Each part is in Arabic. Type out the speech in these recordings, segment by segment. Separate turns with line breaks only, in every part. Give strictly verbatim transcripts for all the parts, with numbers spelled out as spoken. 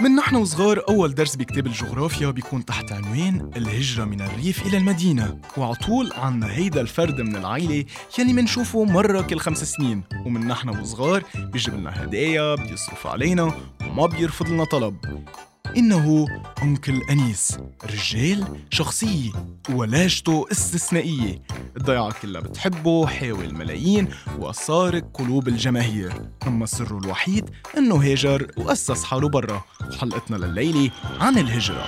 ومن نحن وصغار أول درس بكتاب الجغرافيا بيكون تحت عنوان الهجرة من الريف إلى المدينة، وعطول عنا هيدا الفرد من العائلة يلي منشوفه مرة كل خمس سنين، ومن نحن وصغار بيجيب لنا هدايا، بيصرف علينا وما بيرفض لنا طلب. إنه أنكل أنيس، رجال شخصية ولاجته استثنائية، الضيعة كلها بتحبه، حاوي الملايين وسارق قلوب الجماهير. أما سره الوحيد إنه هاجر وأسس حاله برا. وحلقتنا لليلة عن الهجرة.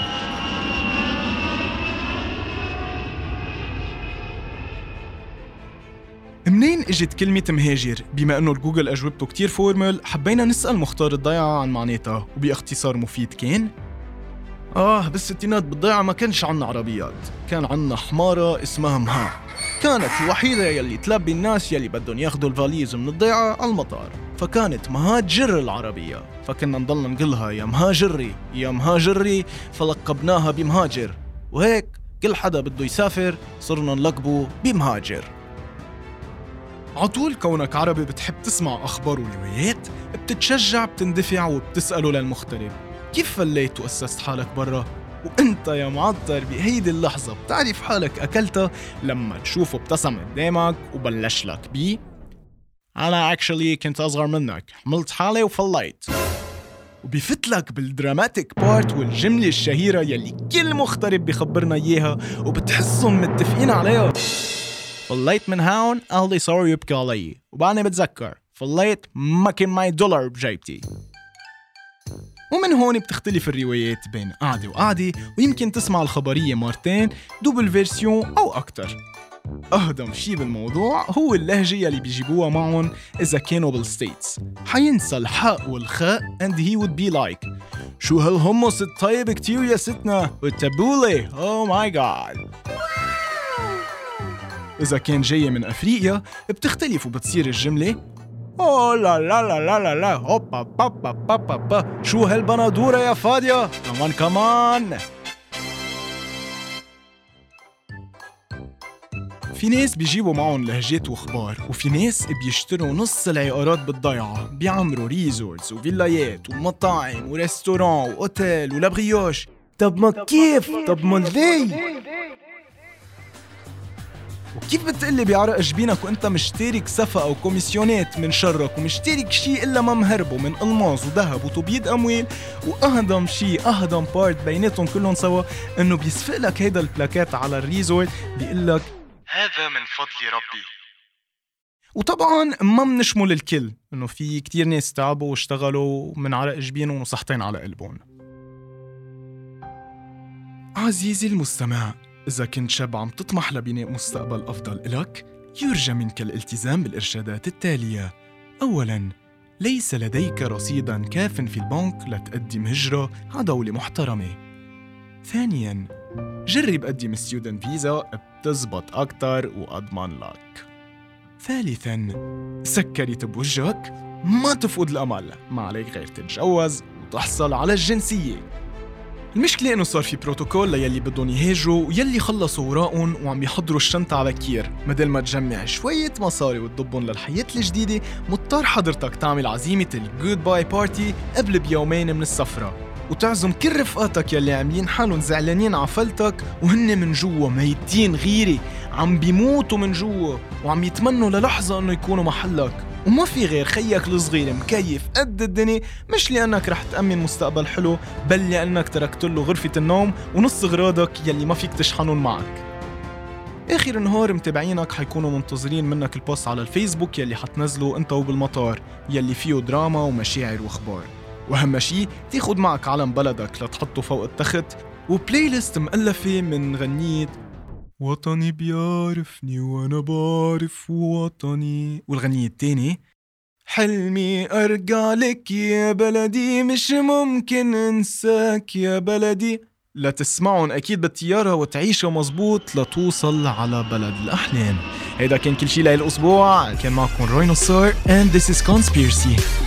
منين اجت كلمة مهاجر؟ بما انه الجوجل اجوبته كتير فورمال، حبينا نسأل مختار الضيعة عن معناتها، وباختصار مفيد كان آه بالستينات بالضيعة ما كانش عنا عربيات، كان عنا حمارة اسمها مها، كانت الوحيدة يلي تلبي الناس يلي بدهم ياخدوا الفاليز من الضيعة على المطار، فكانت مها تجر العربية، فكنا نضلنا نقلها يا مهاجري يا مهاجري، فلقبناها بمهاجر، وهيك كل حدا بده يسافر صرنا نلقبه بمهاجر. عطول كونك عربي بتحب تسمع أخبار وروايات، بتتشجع بتندفع وبتسأله للمغترب كيف فليت وأسست حالك برا؟ وانت يا معطر بهيدي اللحظة بتعرف حالك أكلتها لما تشوفه ابتسم قدامك وبلش لك بي أنا actually كنت أصغر منك، حملت حالي وفليت، وبيفتلك بالدراماتيك بارت والجملة الشهيرة يلي كل مغترب بيخبرنا إياها وبتحسهم متفقين عليها: فليت من هون أهلي صاروا يبكي علي، وبعدني بتذكر فليت ما كان معي دولار بجيبتي. ومن هون بتختلف الروايات بين قعدة وقعدة، ويمكن تسمع الخبرية مرتين دوبل فيرسيون أو أكتر. أهضم شي بالموضوع هو اللهجة يلي بيجيبوها معهم إذا كانوا بالستيتس، حينسى الحاء والخاء and he would be like شو هالهمص الطيب كتير يا ستنا والتبولة oh my god. إذا كان جاي من أفريقيا بتختلف وبتصير الجملة أوه لا لا لا لا لا لا هوبا بابا بابا با شو هالبندورة يا فادية كمان كمان. في ناس بيجيبوا معهم لهجات واخبار، وفي ناس بيشتروا نص العقارات بالضيعة، بيعمروا ريزورتس وفيلايات ومطاعم وريستوران وأوتيل ولابريوش. طب ما كيف؟ طب ما ليه؟ وكيف بتقلي بعرق جبينك وانت مشترك صفقة او كوميسيونات من شرك، ومشترك شي إلا ما مهربه من ألماس وذهب وتبييض أموال، وأهضم شي أهضم بارت بيناتهم كلهم سوا إنه بيسفق لك هيدا البلاكات على الريزورت بيقلك هذا من فضل ربي. وطبعاً ما منشمل الكل، إنه في كتير ناس تعبوا واشتغلوا من عرق جبينهم وصحتين على قلبهم. عزيزي المستمع، إذا كنت شاب عم تطمح لبناء مستقبل أفضل إلك، يرجى منك الالتزام بالإرشادات التالية. أولاً، ليس لديك رصيداً كافٍ في البنك لتقدم هجرة على دولة محترمة. ثانياً، جرب قدم ستودنت فيزا، بتزبط أكتر وأضمن لك. ثالثاً، سكرت بوجهك، ما تفقد الأمل، ما عليك غير تتجوز وتحصل على الجنسية. المشكلة إنه صار في بروتوكول ليلي بدهم يهاجروا ويلي خلصوا وراءهم وعم يحضروا الشنطة على بكير، بدل ما تجمع شوية مصاري وتضبهم للحياة الجديدة، مضطر حضرتك تعمل عزيمة الجود باي بارتي قبل بيومين من السفرة، وتعزم كل رفقاتك يلي عاملين حالهم زعلانين عفلتك وهن من جوا ميتين غيري، عم بيموتوا من جوا وعم يتمنوا للحظة إنه يكونوا محلك، وما في غير خيك الصغير مكيف قد الدنيا، مش لأنك رح تأمن مستقبل حلو، بل لأنك تركت له غرفة النوم ونص غراضك يلي ما فيك تشحنون معك. آخر النهار متابعينك حيكونوا منتظرين منك البوست على الفيسبوك يلي حتنزله انت وبالمطار، يلي فيه دراما ومشاعر واخبار، واهم شي تاخد معك علم بلدك لتحطه فوق التخت، وبلاي ليست مؤلفة من غنية وطني بيعرفني وانا بعرف وطني، والغنية التاني حلمي ارجع لك يا بلدي مش ممكن انساك يا بلدي، لا تسمعون اكيد بالطيارة وتعيشوا مزبوط لتوصل على بلد الاحلام. هيدا كان كل شي لهالاسبوع، كان معكم روي نصار and this is Conspiracy.